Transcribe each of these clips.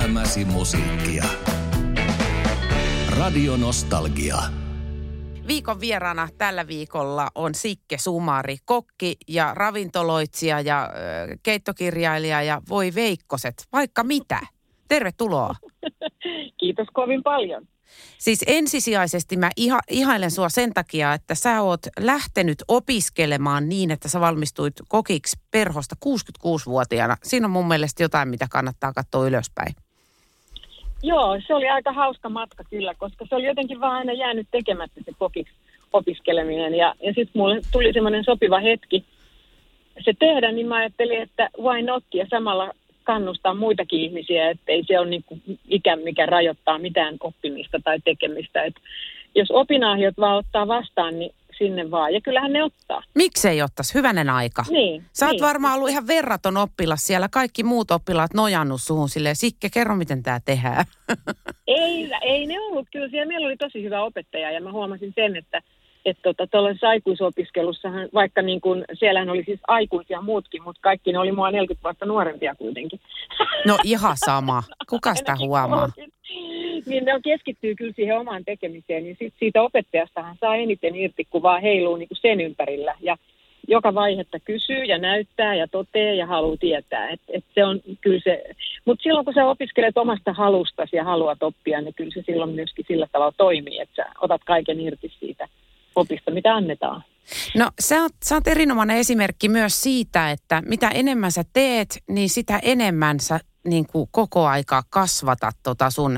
elämäsi musiikkia. Radio Nostalgia. Viikon vieraana tällä viikolla on Sikke Sumari, kokki ja ravintoloitsija ja keittokirjailija ja voi veikkoset, vaikka mitä. Tervetuloa. Kiitos kovin paljon. Siis ensisijaisesti mä ihailen sua sen takia, että sä oot lähtenyt opiskelemaan niin, että sä valmistuit kokiksi perhosta 66-vuotiaana. Siinä on mun mielestä jotain, mitä kannattaa katsoa ylöspäin. Joo, se oli aika hauska matka kyllä, koska se oli jotenkin vaan aina jäänyt tekemättä se kokiksi opiskeleminen. Ja sitten mulle tuli semmoinen sopiva hetki se tehdä, niin mä ajattelin, että why not, ja samalla kannustaa muitakin ihmisiä, että ei se ole niin kuin ikä, mikä rajoittaa mitään oppimista tai tekemistä. Et jos opinahjot vaan ottaa vastaan, niin sinne vaan. Ja kyllähän ne ottaa. Miksei ottaisi? Hyvänen aika. Niin. Sä oot varmaan ollut ihan verraton oppilas siellä. Kaikki muut oppilaat nojannut suhun silleen, Sikke, kerro miten tää tehdään. Ei ne ollut. Kyllä siellä meillä oli tosi hyvä opettaja ja mä huomasin sen, että tuollaisessa aikuisopiskelussahan, vaikka niin kuin, siellähän oli siis aikuisia muutkin, mutta kaikki ne oli mua 40 vuotta nuorempia kuitenkin. No ihan sama. Kuka sitä huomaa? Niin ne keskittyy kyllä siihen omaan tekemiseen, niin sitten siitä opettajastahan saa eniten irti, kun vaan heiluu niin kuin sen ympärillä. Ja joka vaihetta kysyy ja näyttää ja toteaa ja haluaa tietää. Et se on kyllä se. Mutta silloin kun sä opiskelet omasta halustasi ja haluat oppia, niin kyllä se silloin myöskin sillä tavalla toimii, että sä otat kaiken irti siitä opista, mitä annetaan. No sä oot erinomainen esimerkki myös siitä, että mitä enemmän sä teet, niin sitä enemmän sä niin kuin koko aika kasvatat sun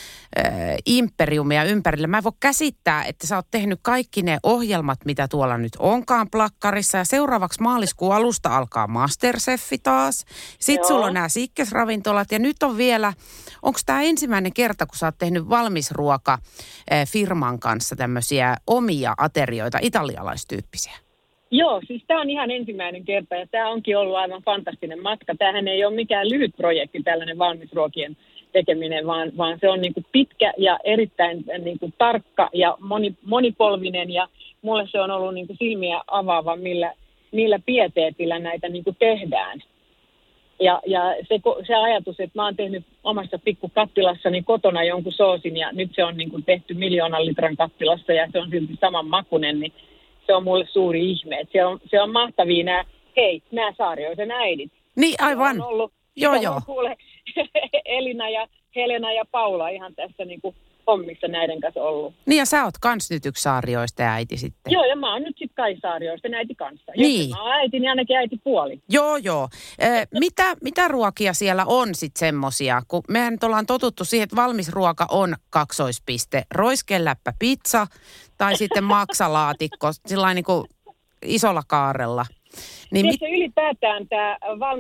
imperiumia ympärillä. Mä en voi käsittää, että sä oot tehnyt kaikki ne ohjelmat, mitä tuolla nyt onkaan plakkarissa. Ja seuraavaksi maaliskuun alusta alkaa Masterchefi taas. Sitten sulla on nämä Sikkes-ravintolat. Ja nyt on vielä, onko tämä ensimmäinen kerta, kun sä oot tehnyt valmisruoka-firman kanssa tämmöisiä omia aterioita, italialaistyyppisiä? Joo, siis tämä on ihan ensimmäinen kerta ja tämä onkin ollut aivan fantastinen matka. Tämähän ei ole mikään lyhyt projekti, tällainen valmisruokien tekeminen, vaan se on niin kuin pitkä ja erittäin niin kuin tarkka ja monipolvinen ja mulle se on ollut niin kuin silmiä avaava, millä pieteetillä näitä niin kuin tehdään. Ja se ajatus, että mä oon tehnyt omassa pikkukattilassani kotona jonkun soosin ja nyt se on niin kuin tehty 1 000 000 litran kattilassa ja se on silti saman makuinen, niin se on mulle suuri ihme. Se on mahtavia nämä Saarioisen äidit. Niin aivan. On ollut, joo. Kuule, Elina ja Helena ja Paula ihan tässä niin kuin hommissa näiden kanssa ollut. Niin ja sä oot kans nyt yksi Saarioista äiti sitten. Joo, ja mä oon nyt sitten kai Saarioisten äiti kanssa. Niin. Jos mä oon äiti, niin ainakin äitipuoli. Joo. Mitä ruokia siellä on sitten semmosia? Kun mehän nyt ollaan totuttu siihen, että valmis ruoka on 2. roiskeläppä pizza tai sitten maksalaatikko, sillain niin kuin isolla kaarella. Niin ylipäätään tämä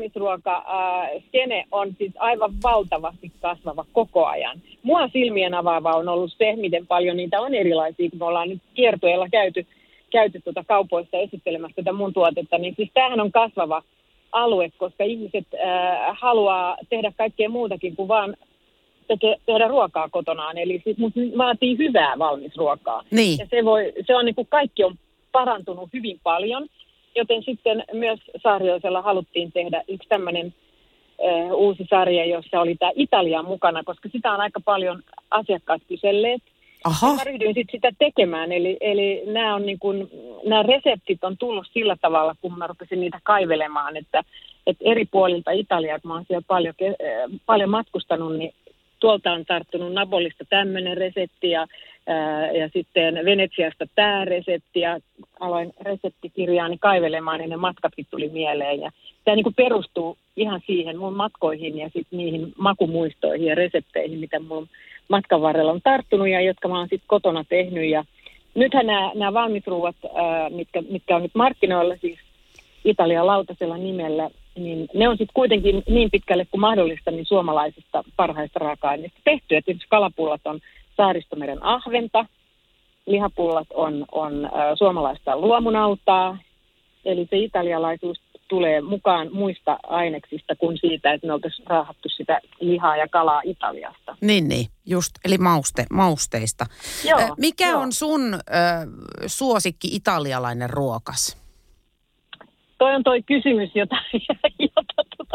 valmisruoka-skene on siis aivan valtavasti kasvava koko ajan. Mua silmien avaava on ollut se, miten paljon niitä on erilaisia, kun me ollaan nyt kiertueella käyty kaupoista esittelemässä tätä mun tuotetta, niin siis tämähän on kasvava alue, koska ihmiset haluaa tehdä kaikkea muutakin kuin vaan tehdä ruokaa kotonaan. Eli siis vaatii hyvää valmisruokaa. Niin. Ja se on niin kuin kaikki on parantunut hyvin paljon. Joten sitten myös Saarioisella haluttiin tehdä yksi tämmöinen uusi sarja, jossa oli tämä Italia mukana, koska sitä on aika paljon asiakkaat kyselleet. Aha. Mä ryhdyin sitten sitä tekemään, eli nämä reseptit on tullut sillä tavalla, kun mä rupesin niitä kaivelemaan, että eri puolilta Italiaa, kun mä oon siellä paljon matkustanut, niin tuolta on tarttunut Napolista tämmöinen resepti ja sitten Venetsiasta tämä resepti ja aloin reseptikirjaani kaivelemaan ja ne matkatkin tuli mieleen. Ja tämä niin kuin perustuu ihan siihen mun matkoihin ja sitten niihin makumuistoihin ja resepteihin, mitä mun matkan varrella on tarttunut ja jotka mä oon sitten kotona tehnyt. Ja nythän nämä valmisruuat, mitkä on nyt markkinoilla siis Italian lautasella nimellä, niin ne on sitten kuitenkin niin pitkälle kuin mahdollista niin suomalaisista parhaista raaka-aineista tehty. Et esimerkiksi kalapullat on Saaristomeren ahventa, lihapullat on suomalaista luomunautaa, eli se italialaisuus tulee mukaan muista aineksista kuin siitä, että me oltaisiin raahattu sitä lihaa ja kalaa Italiasta. Niin, just, eli mausteista. Mikä on sun suosikki italialainen ruokas? Toi on toi kysymys, jota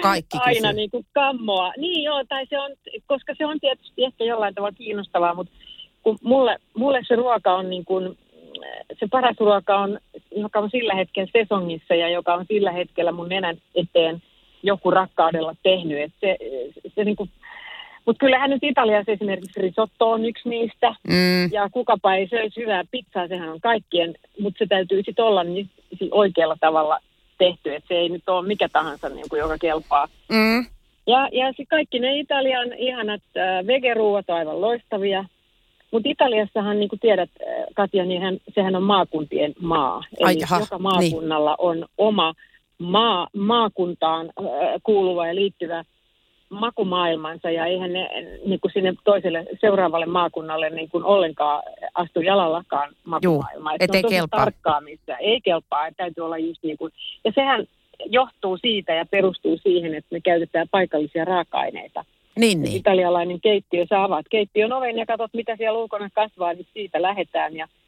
kaikki aina kysyy. niin kuin kammoa. Niin joo, tai se on, koska se on tietysti ehkä jollain tavalla kiinnostavaa, mutta kun mulle se ruoka on niin kuin, se paras ruoka on, joka on sillä hetkellä sesongissa ja joka on sillä hetkellä mun nenän eteen joku rakkaudella tehnyt. Että se niin kuin, mutta kyllähän nyt Italiassa esimerkiksi risotto on yksi niistä, ja kukapa ei söisi hyvää pizzaa, sehän on kaikkien, mutta se täytyy sitten olla niin oikealla tavalla tehty, että se ei nyt ole mikä tahansa, niin kuin, joka kelpaa. Ja kaikki ne Italian ihanat vegeruuat on aivan loistavia, mutta Italiassahan, niin kuin tiedät, Katja, niin sehän on maakuntien maa. Eli joka maakunnalla on oma maakuntaan kuuluva ja liittyvä makumaailmansa, ja eihän ne niin kuin sinne toiselle seuraavalle maakunnalle niin kuin ollenkaan astu jalallakaan makumaailmaan. Ettei kelpaa. Tarkkaamista. Ei kelpaa, että täytyy olla just niin kuin. Ja sehän johtuu siitä ja perustuu siihen, että me käytetään paikallisia raaka-aineita. Niin. Italialainen keittiö, sä avaat keittiön oven ja katsot, mitä siellä ulkona kasvaa, niin siitä lähdetään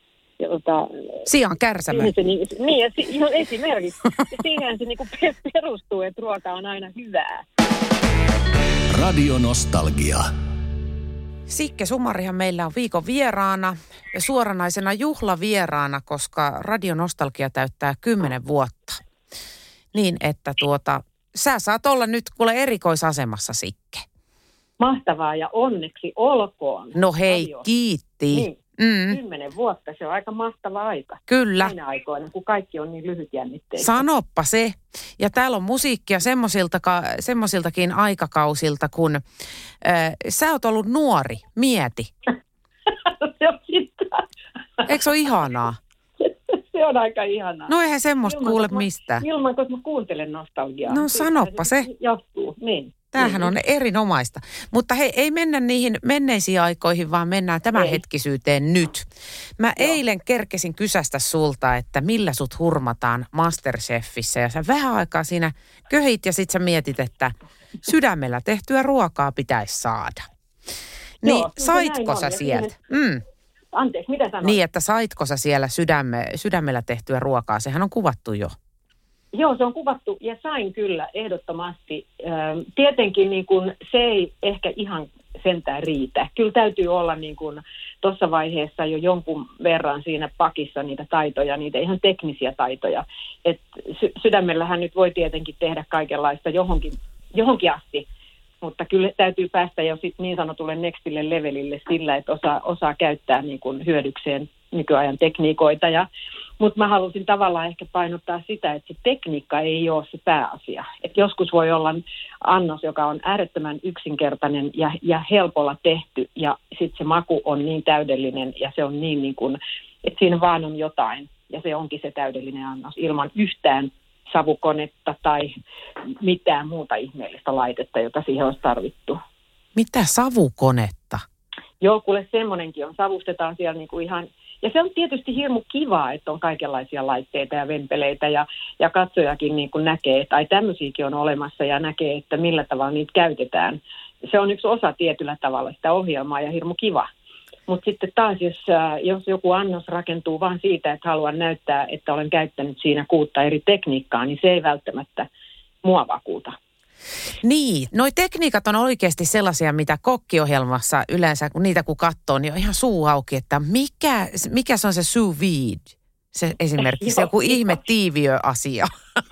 Sian kärsämö. Esimerkiksi. Ja siihen se niin kuin perustuu, että ruoka on aina hyvää. Radio Nostalgia. Sikke Sumarihan meillä on viikon vieraana ja suoranaisena juhlavieraana, koska Radio Nostalgia täyttää 10 vuotta. Niin, että sä saat olla nyt kuule erikoisasemassa, Sikke. Mahtavaa ja onneksi olkoon. No hei, Radio. kiitti. Niin. 10 vuotta, se on aika mahtava aika. Kyllä. Näinä aikoina, kun kaikki on niin lyhytjännitteistä. Sanoppa se. Ja täällä on musiikkia semmoisiltakin aikakausilta, kun sä oot ollut nuori. Mieti. Se on sitä. Eikö se ole ihanaa? Se on aika ihanaa. No eihän semmoista kuule mistään. Ilman, koska mä kuuntelen nostalgiaa. No sanoppa se. Johtuu, niin. Tämähän on erinomaista. Mutta hei, ei mennä niihin menneisiin aikoihin, vaan mennään tämänhetkisyyteen nyt. Mä eilen kerkesin kysästä sulta, että millä sut hurmataan MasterChefissä. Ja sä vähän aikaa siinä köhit ja sit sä mietit, että sydämellä tehtyä ruokaa pitäisi saada. Niin joo, saitko sä sieltä? Anteeksi, mitä sanoit? Niin, että saitko sä siellä sydämellä tehtyä ruokaa? Sehän on kuvattu jo. Joo, se on kuvattu ja sain kyllä ehdottomasti. Tietenkin niin kun, se ei ehkä ihan sentään riitä. Kyllä täytyy olla niin kun, tuossa vaiheessa jo jonkun verran siinä pakissa niitä taitoja, niitä ihan teknisiä taitoja. Et sydämellähän nyt voi tietenkin tehdä kaikenlaista johonkin asti, mutta kyllä täytyy päästä jo sit niin sanotulle nextille levelille sillä, että osaa käyttää niin kun, hyödykseen nykyajan tekniikoita. Mutta mä halusin tavallaan ehkä painottaa sitä, että se tekniikka ei ole se pääasia. Et joskus voi olla annos, joka on äärettömän yksinkertainen ja helpolla tehty, ja sitten se maku on niin täydellinen, ja se on niin kuin, että siinä vaan on jotain, ja se onkin se täydellinen annos ilman yhtään savukonetta tai mitään muuta ihmeellistä laitetta, jota siihen olisi tarvittu. Mitä savukonetta? Joo, kuule semmoinenkin on. Savustetaan siellä niinku ihan. Ja se on tietysti hirmu kivaa, että on kaikenlaisia laitteita ja vempeleitä ja katsojakin niin kuin näkee, tai tämmöisiäkin on olemassa ja näkee, että millä tavalla niitä käytetään. Se on yksi osa tietyllä tavalla sitä ohjelmaa ja hirmu kiva. Mutta sitten taas, jos joku annos rakentuu vain siitä, että haluan näyttää, että olen käyttänyt siinä 6 eri tekniikkaa, niin se ei välttämättä mua vakuuta. Niin, noi tekniikat on oikeasti sellaisia, mitä kokkiohjelmassa yleensä, kun niitä kun katsoo, niin on ihan suu auki, että mikä se on se sous vide? Se esimerkiksi joku ihme tiiviöasia.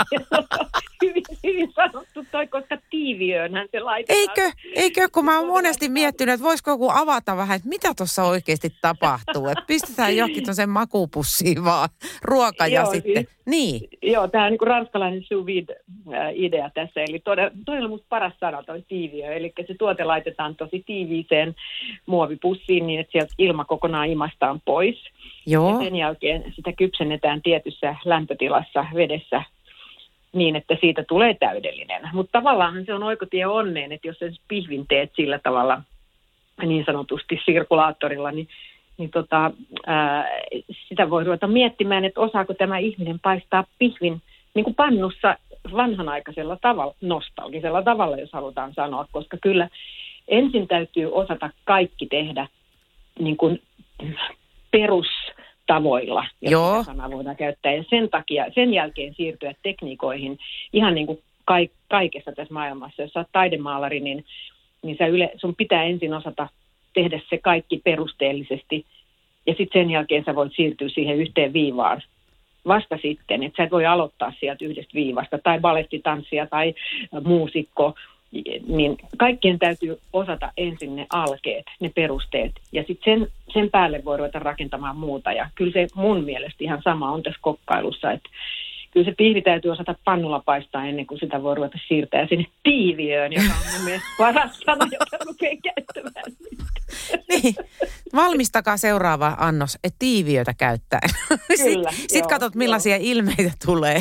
Hyvin sanottu toi, koska tiiviöönhän se laitetaan. Eikö, kun mä oon monesti miettinyt, että voisiko joku avata vähän, että mitä tuossa oikeasti tapahtuu. Että pistetään johonkin tuon sen makupussiin vaan ruoka ja sitten. Niin. Joo, tämä on niin kuin ranskalainen sous vide-idea tässä. Eli todella musta paras sana toi tiiviö. Eli se tuote laitetaan tosi tiiviiseen muovipussiin niin, että sieltä ilma kokonaan imastaan pois. Joo. Ja sen jälkeen sitä kypsennetään tietyssä lämpötilassa vedessä niin, että siitä tulee täydellinen. Mutta tavallaan se on oikotie onneen, että jos sen pihvin teet sillä tavalla niin sanotusti sirkulaattorilla, niin sitä voi ruveta miettimään, että osaako tämä ihminen paistaa pihvin niin kuin pannussa vanhanaikaisella tavalla, nostalgisella tavalla, jos halutaan sanoa, koska kyllä ensin täytyy osata kaikki tehdä niin kuin perustavoilla, jos sanaa voidaan käyttää. Ja sen jälkeen siirtyä tekniikoihin ihan niin kuin kaikessa tässä maailmassa. Jos sä oot taidemaalari, niin sun pitää ensin osata tehdä se kaikki perusteellisesti. Ja sitten sen jälkeen sä voit siirtyä siihen yhteen viivaan vasta sitten. Että sä et voi aloittaa sieltä yhdestä viivasta. Tai balettitanssija tai muusikko. Niin kaikkien täytyy osata ensin ne alkeet, ne perusteet. Ja sitten sen päälle voi ruveta rakentamaan muuta. Ja kyllä se mun mielestä ihan sama on tässä kokkailussa, että kyllä se pihvi täytyy osata pannulla paistaa ennen kuin sitä voi ruveta siirtää sinne tiiviöön, joka on mun mielestä paras sana, jota rupean käyttämään. Niin, valmistakaa seuraava annos, että tiiviötä käyttäen. Kyllä, Sitten katsot, millaisia ilmeitä tulee.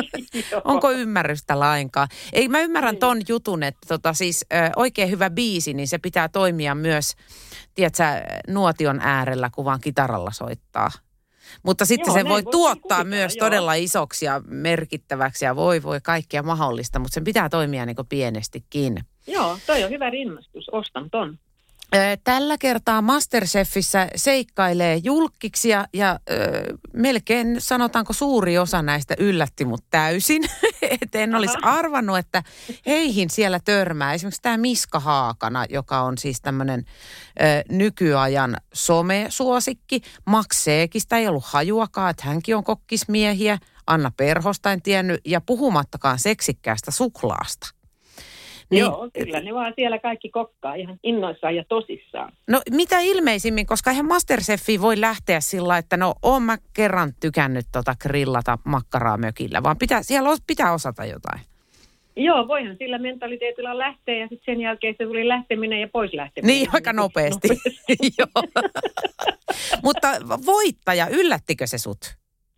Onko ymmärrystä lainkaan? Ei, mä ymmärrän ton jutun, että oikein hyvä biisi, niin se pitää toimia myös, tiedätkö, nuotion äärellä, kun vaan kitaralla soittaa. Mutta sitten se voi tuottaa myös todella isoksi ja merkittäväksi ja voi kaikkia mahdollista, mutta sen pitää toimia niin kuin pienestikin. Joo, toi on hyvä rinnastus. Ostan ton. Tällä kertaa MasterChefissä seikkailee julkkiksi ja melkein sanotaanko suuri osa näistä yllätti mut täysin. Et en olisi arvannut, että heihin siellä törmää. Esimerkiksi tämä Miska Haakana, joka on siis tämmöinen nykyajan somesuosikki. Max Seekistä ei ollut hajuakaan, että hänkin on kokkismiehiä. Anna Perhosta en tiennyt ja puhumattakaan seksikkäästä suklaasta. Niin, joo, kyllä ne vaan siellä kaikki kokkaa ihan innoissaan ja tosissaan. No mitä ilmeisimmin, koska eihän MasterChefiin voi lähteä sillä, että oon mä kerran tykännyt grillata makkaraa mökillä, vaan pitää osata jotain. Joo, voihan sillä mentaliteetilla lähteä ja sitten sen jälkeen se tuli lähteminen ja pois lähteminen. Niin, aika nopeasti. Joo. Mutta voittaja, yllättikö se sut?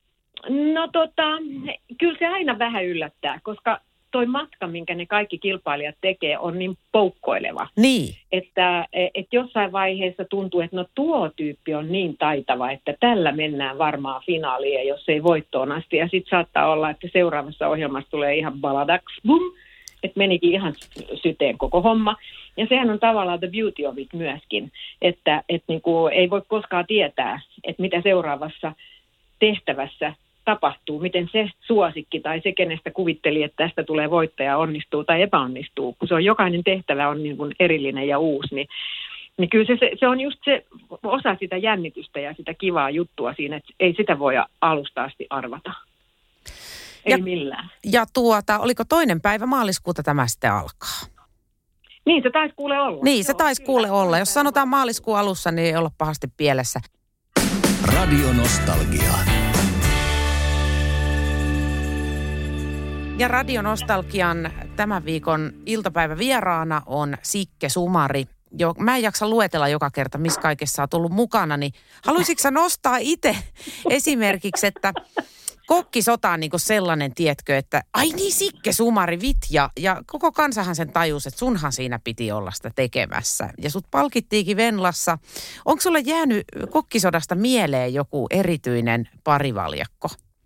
No kyllä se aina vähän yllättää, koska toi matka, minkä ne kaikki kilpailijat tekee, on niin poukkoileva. Niin. Että jossain vaiheessa tuntuu, että tuo tyyppi on niin taitava, että tällä mennään varmaan finaaliin, jos ei voittoon asti. Ja sitten saattaa olla, että seuraavassa ohjelmassa tulee ihan baladaks, bum, että menikin ihan syteen koko homma. Ja sehän on tavallaan the beauty of it myöskin, että niinku ei voi koskaan tietää, että mitä seuraavassa tehtävässä tapahtuu, miten se suosikki tai se, kenestä kuvitteli, että tästä tulee voittaja, onnistuu tai epäonnistuu. Kun se on jokainen tehtävä on niin kuin erillinen ja uusi, niin kyllä se on just se osa sitä jännitystä ja sitä kivaa juttua siinä, että ei sitä voi alusta asti arvata. Ei millään. Ja oliko 2. päivä maaliskuuta tämä sitten alkaa? Niin, se taisi kuule olla. Niin, se taisi kuule olla. Jos sanotaan maaliskuun alussa, niin ei olla pahasti pielessä. Radio Nostalgia. Ja Radio Nostalgian tämän viikon iltapäivävieraana on Sikke Sumari. Mä en jaksa luetella joka kerta, missä kaikessa on tullut mukana, niin haluaisitko sä nostaa itse esimerkiksi, että kokkisota on niin kuin sellainen, tiedätkö, että ai niin Sikke Sumari ja koko kansahan sen tajusi, että sunhan siinä piti olla sitä tekemässä. Ja sut palkittiinkin Venlassa. Onko sulle jäänyt kokkisodasta mieleen joku erityinen parivaljakko?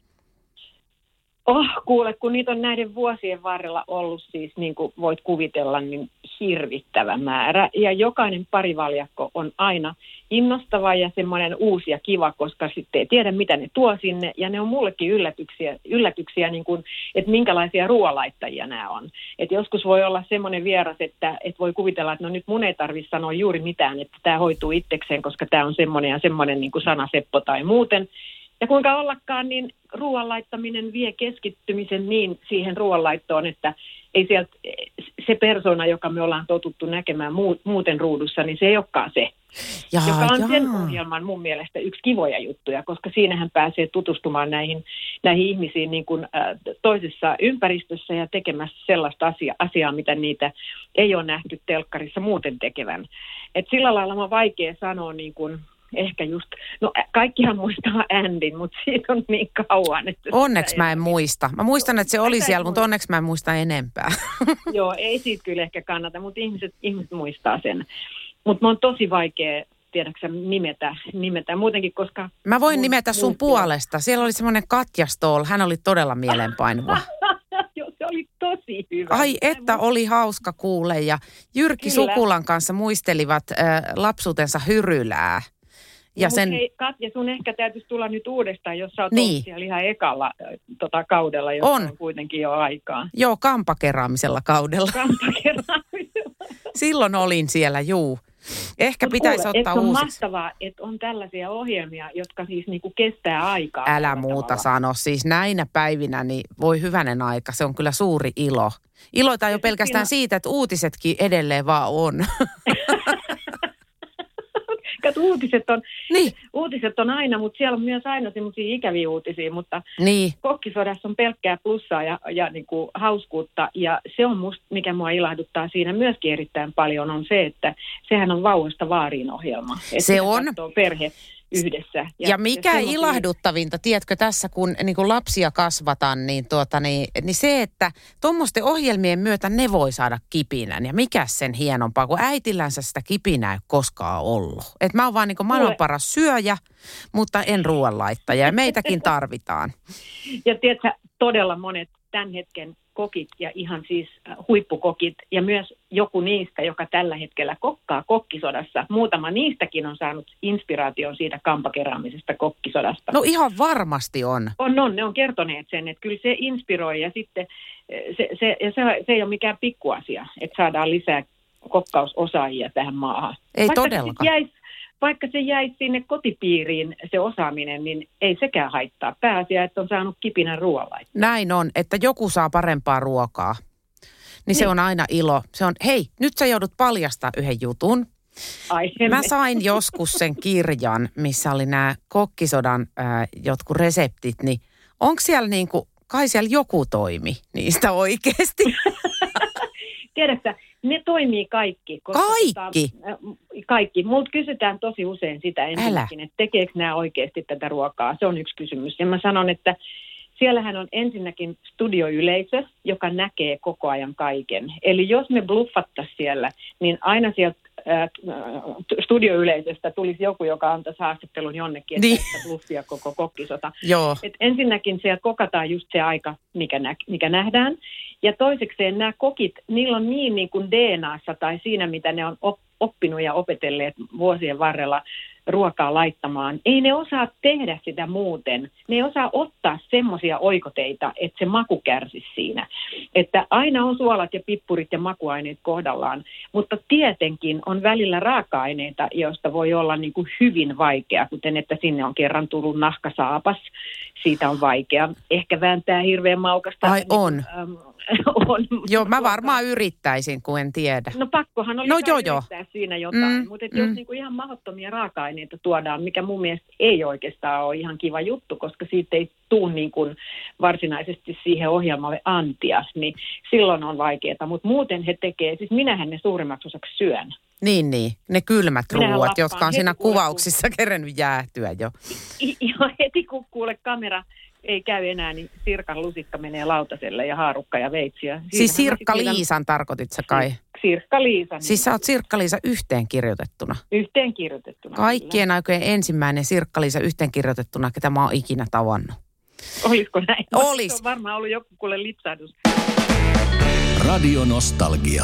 Kuule, kun niitä on näiden vuosien varrella ollut siis, niin kuin voit kuvitella, niin hirvittävä määrä. Ja jokainen parivaljakko on aina innostava ja semmoinen uusi ja kiva, koska sitten ei tiedä, mitä ne tuo sinne. Ja ne on mullekin yllätyksiä niin kuin, että minkälaisia ruoanlaittajia nämä on. Että joskus voi olla semmoinen vieras, että voi kuvitella, että no nyt mun ei tarvitse sanoa juuri mitään, että tämä hoituu itsekseen, koska tämä on semmoinen ja semmoinen niin kuin sanaseppo tai muuten. Ja kuinka ollakaan, niin ruoanlaittaminen vie keskittymisen niin siihen ruoanlaittoon, että ei sieltä se persona, joka me ollaan totuttu näkemään muuten ruudussa, niin se ei olekaan se. Joka on sen ohjelman mun mielestä yksi kivoja juttuja, koska siinähän pääsee tutustumaan näihin ihmisiin niin kuin, toisessa ympäristössä ja tekemässä sellaista asiaa, mitä niitä ei ole nähty telkkarissa muuten tekevän. Et sillä lailla on vaikea sanoa niin kuin, ehkä just, no kaikkihan muistaa Andyn, mutta siitä on niin kauan. Että onneksi mä en muista. Mä muistan, että se oli siellä, mutta onneksi mä en muista enempää. Joo, ei siitä kyllä ehkä kannata, mutta ihmiset muistaa sen. Mutta mä on tosi vaikea, tiedäksä, nimetä muutenkin, koska... Mä voin nimetä sun puolesta. Siellä oli semmoinen Katja Stoll, hän oli todella mielenpainuva. Joo, se oli tosi hyvä. Ai että oli hauska kuule ja Jyrki Sukulan kanssa muistelivat lapsuutensa Hyrylää. Ja hei, Katja, sun ehkä täytyisi tulla nyt uudestaan, jos sä oot niin. ollut siellä ihan ekalla kaudella, jos on kuitenkin jo aikaa. Joo, kampakeraamisella kaudella. Kampakeraamisella. Silloin olin siellä, juu. Ehkä pitäisi ottaa uusiksi. On mahtavaa, että on tällaisia ohjelmia, jotka siis niinku kestää aikaa. Älä muuta sano. Siis näinä päivinä, niin voi hyvänen aika. Se on kyllä suuri ilo. Iloitaan jo pelkästään siitä, että uutisetkin edelleen vaan on. Uutiset on aina, mutta siellä on myös aina semmoisia ikäviä uutisia, mutta niin. Kokkisodassa on pelkkää plussaa ja niin kuin hauskuutta. Ja se on musta, mikä mua ilahduttaa siinä myöskin erittäin paljon, on se, että sehän on vauvasta vaariin ohjelma. Se on. Perhe yhdessä. Ja mikä ilahduttavinta, tiedätkö, tässä kun niin kuin lapsia kasvatan, niin se, että tuommoisten ohjelmien myötä ne voi saada kipinän. Ja mikä sen hienompaa, kun äitillänsä sitä kipinää ei koskaan ollut. Että mä oon vaan niin kuin maailman paras syöjä, mutta en ruoanlaittaja. Ja meitäkin tarvitaan. Ja tiedätkö, todella monet tämän hetken kokit ja ihan siis huippukokit ja myös joku niistä, joka tällä hetkellä kokkaa Kokkisodassa. Muutama niistäkin on saanut inspiraation siitä kampakeraamisesta Kokkisodasta. No ihan varmasti on. Ne on kertoneet sen, että kyllä se inspiroi ja sitten se ei ole mikään pikkuasia, että saadaan lisää kokkausosaajia tähän maahan. Ei todellakaan. Vaikka se jäisi sinne kotipiiriin se osaaminen, niin ei sekään haittaa. Pääasia, että on saanut kipinän ruoanlaittaa. Näin on, että joku saa parempaa ruokaa. Niin se on aina ilo. Se on, hei, nyt sä joudut paljastaa yhden jutun. Mä sain joskus sen kirjan, missä oli nämä Kokkisodan jotkut reseptit, niin onko siellä niinku, kai siellä joku toimi niistä oikeasti? Tiedätkö, ne toimii kaikki. Kaikki? Kaikki. Multa kysytään tosi usein sitä ensinnäkin, että tekeekö nämä oikeasti tätä ruokaa. Se on yksi kysymys. Ja mä sanon, että siellähän on ensinnäkin studioyleisö, joka näkee koko ajan kaiken. Eli jos me bluffattaisiin siellä, niin aina sieltä studioyleisöstä tulisi joku, joka antaisi haastattelun jonnekin, että bluffia koko Kokkisota. Joo. Et ensinnäkin siellä kokataan just se aika, mikä nähdään. Ja toisekseen nämä kokit, niillä on niin kuin DNAssa tai siinä, mitä ne on oppinut ja opetelleet vuosien varrella ruokaa laittamaan. Ei ne osaa tehdä sitä muuten. Ne ei osaa ottaa semmoisia oikoteita, että se maku kärsisi siinä. Että aina on suolat ja pippurit ja makuaineet kohdallaan, mutta tietenkin on välillä raaka-aineita, joista voi olla niin kuin hyvin vaikea, kuten että sinne on kerran tullut nahkasaapas. Siitä on vaikea. Ehkä vääntää hirveän maukasta. Ai on. On. Joo, mä varmaan yrittäisin, kun en tiedä. No pakkohan oli yrittää siinä jotain, mutta jos niinku ihan mahdottomia raaka-aineita tuodaan, mikä mun mielestä ei oikeastaan ole ihan kiva juttu, koska siitä ei tule niin kuin varsinaisesti siihen ohjelmalle antia, niin silloin on vaikeaa. Mutta muuten he tekee, siis minähän ne suurimmaksi osaksi syön. Niin, ne kylmät ruuat, jotka on siinä kuvauksissa kerennyt jäätyä jo. Ihan heti kun kuule kamera ei käy enää, niin Sirkan lusikka menee lautaselle ja haarukka ja veitsiä. Siis Sirkka-Liisan tarkoitit sä kai? Sirkka-Liisa. Siis sä oot Sirkka-Liisa yhteenkirjoitettuna? Yhteenkirjoitettuna. Kaikkien aikojen ensimmäinen Sirkka-Liisa yhteenkirjoitettuna, ketä mä oon ikinä tavannut. Olisiko näin? Olis. Se on varmaan ollut joku kuule lipsahdus. Radio Nostalgia.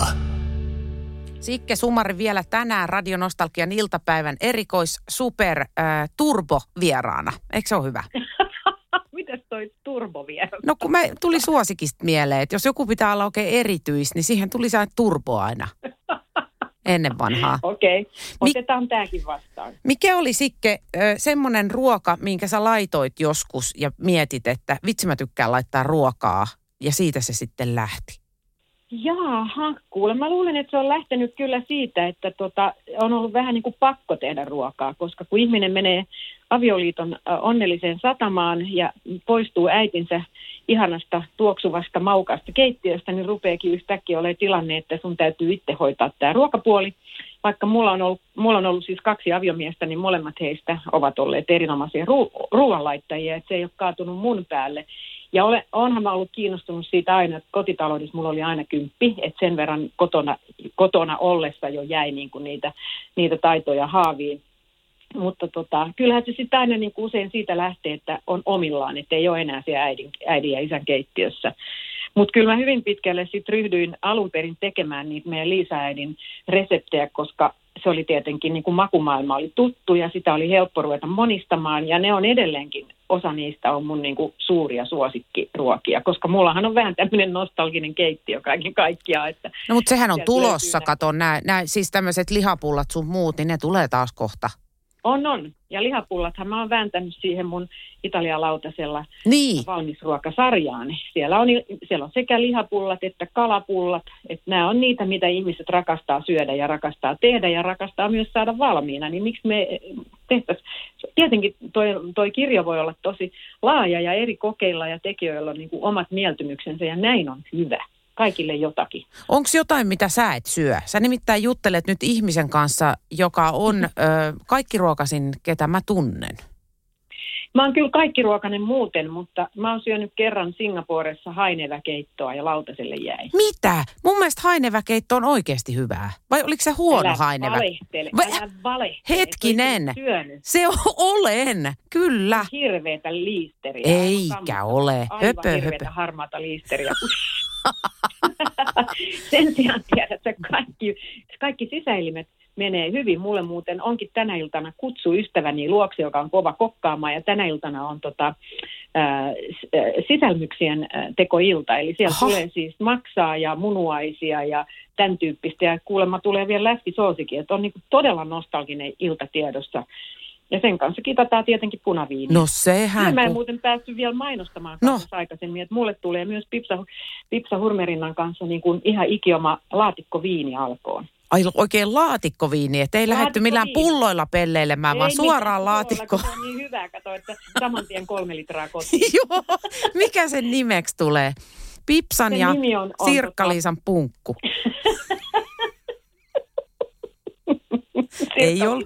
Sikke Sumari vielä tänään Radio Nostalgian iltapäivän erikois-super turbo-vieraana. Eikö se ole hyvä? Mitäs toi turbovieraana? No kun tuli suosikista mieleen, että jos joku pitää olla oikein erityis, niin siihen tuli se turbo aina. Ennen vanhaa. Okei, otetaan tämäkin vastaan. Mikä oli Sikke semmoinen ruoka, minkä sä laitoit joskus ja mietit, että vitsi mä tykkään laittaa ruokaa ja siitä se sitten lähti? Jaaha, kuule. Mä luulen, että se on lähtenyt kyllä siitä, että on ollut vähän niin kuin pakko tehdä ruokaa, koska kun ihminen menee avioliiton onnelliseen satamaan ja poistuu äitinsä ihanasta, tuoksuvasta, maukasta keittiöstä, niin rupeekin yhtäkkiä olemaan tilanne, että sun täytyy itse hoitaa tämä ruokapuoli. Vaikka mulla on ollut siis 2 aviomiestä, niin molemmat heistä ovat olleet erinomaisia ruoanlaittajia, että se ei ole kaatunut mun päälle. Ja onhan mä ollut kiinnostunut siitä aina, että kotitaloudessa mulla oli aina 10, että sen verran kotona ollessa jo jäi niin kuin niitä taitoja haaviin. Mutta kyllähän se sitten aina niin kuin usein siitä lähtee, että on omillaan, että ei ole enää siellä äidin ja isän keittiössä. Mutta kyllä mä hyvin pitkälle sitten ryhdyin alun perin tekemään niitä meidän Liisa-äidin reseptejä, koska se oli tietenkin, niin kuin makumaailma oli tuttu ja sitä oli helppo ruveta monistamaan. Ja ne on edelleenkin, osa niistä on mun niin kuin suuria suosikkiruokia, koska mullahan on vähän tämmöinen nostalginen keittiö kaiken kaikkiaan. Että no mutta sehän on tulossa, kato, siis tämmöiset lihapullat sun muut, niin ne tulee taas kohta. On. Ja lihapullathan mä oon vääntänyt siihen mun italialautasella valmisruokasarjaani. Siellä on sekä lihapullat että kalapullat. Että nämä on niitä, mitä ihmiset rakastaa syödä ja rakastaa tehdä ja rakastaa myös saada valmiina. Niin miksi me tehtäisiin? Tietenkin toi kirjo voi olla tosi laaja ja eri kokeilla ja tekijöillä on niin kuin omat mieltymyksensä ja näin on hyvä. Kaikille jotakin. Onko jotain, mitä sä et syö? Sä nimittäin juttelet nyt ihmisen kanssa, joka on kaikkiruokasin, ketä mä tunnen. Mä oon kyllä kaikkiruokainen muuten, mutta mä oon syönyt kerran Singaporessa haineväkeittoa ja lautaselle jäi. Mitä? Mun mielestä haineväkeitto on oikeasti hyvää. Vai oliko se huono haineväkeitto? Älä valehtele. Hetkinen. Se olen, kyllä. Hirveätä liisteriä. Eikä ole. Aivan hirveätä harmaata liisteriä. Sen sijaan tiedät, että kaikki sisäelimet menee hyvin. Mulle muuten onkin tänä iltana kutsu ystäväni luokse, joka on kova kokkaamaan, ja tänä iltana on sisälmyksien tekoilta. Eli siellä tulee siis maksaa ja munuaisia ja tämän tyyppistä, ja kuulemma tulee vielä läskisoosikin, että on niin kuin todella nostalginen ilta tiedossa. Ja sen kanssa kitataan tietenkin punaviiniä. No sehän. Mä en muuten päässyt vielä mainostamaan aikaisemmin, että mulle tulee myös Pipsa Hurmerinnan kanssa niin kuin ihan ikioma laatikkoviini alkoon. Ai oikein laatikkoviini, että ei lähdetty millään pulloilla pelleilemään, vaan suoraan laatikko. Se on niin hyvä, kato, että saman tien 3 litraa kotiin. Joo, mikä sen nimeksi tulee? Pipsan ja Sirkka-Liisan punkku. Ei ollut.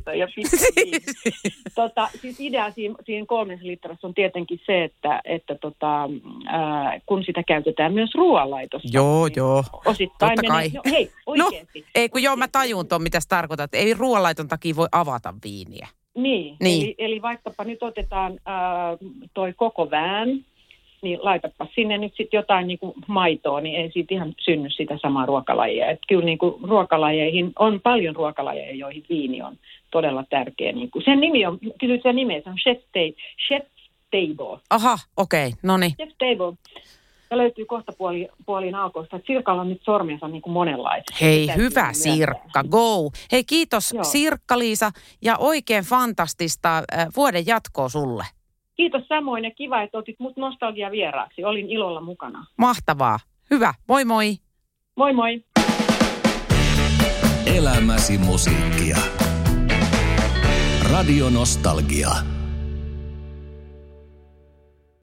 Siis idea siinä 3 litrassa on tietenkin se, että kun sitä käytetään myös ruoanlaitossa. Joo. Osittain totta kai. No, hei, oikeasti. No, ei kun joo, mä tajun tuon, mitä sä tarkoitat. Ei ruoanlaiton takia voi avata viiniä. Niin. Eli vaikkapa nyt otetaan toi koko vään, niin laitapa sinne nyt sitten jotain niin kuin maitoa, niin ei siitä ihan synny sitä samaa ruokalajia. Että kyllä niin kuin ruokalajeihin, on paljon ruokalajeja, joihin viini on todella tärkeä. Niin kuin sen nimi on, kysyt sen nimeä, se on Chef's Table. Aha, okei, no niin. Chef's Table. Ja löytyy kohta puoliin alkoista, että Sirkalla on nyt sormiensa niin kuin monenlaisia. Hei, hyvä Sirkka, go! Hei, kiitos Sirkka-Liisa ja oikein fantastista vuoden jatkoa sulle. Kiitos samoin ja kiva, että otit mut nostalgia vieraaksi. Olin ilolla mukana. Mahtavaa. Hyvä. Moi moi. Moi moi. Elämäsi musiikkia. Radio Nostalgia.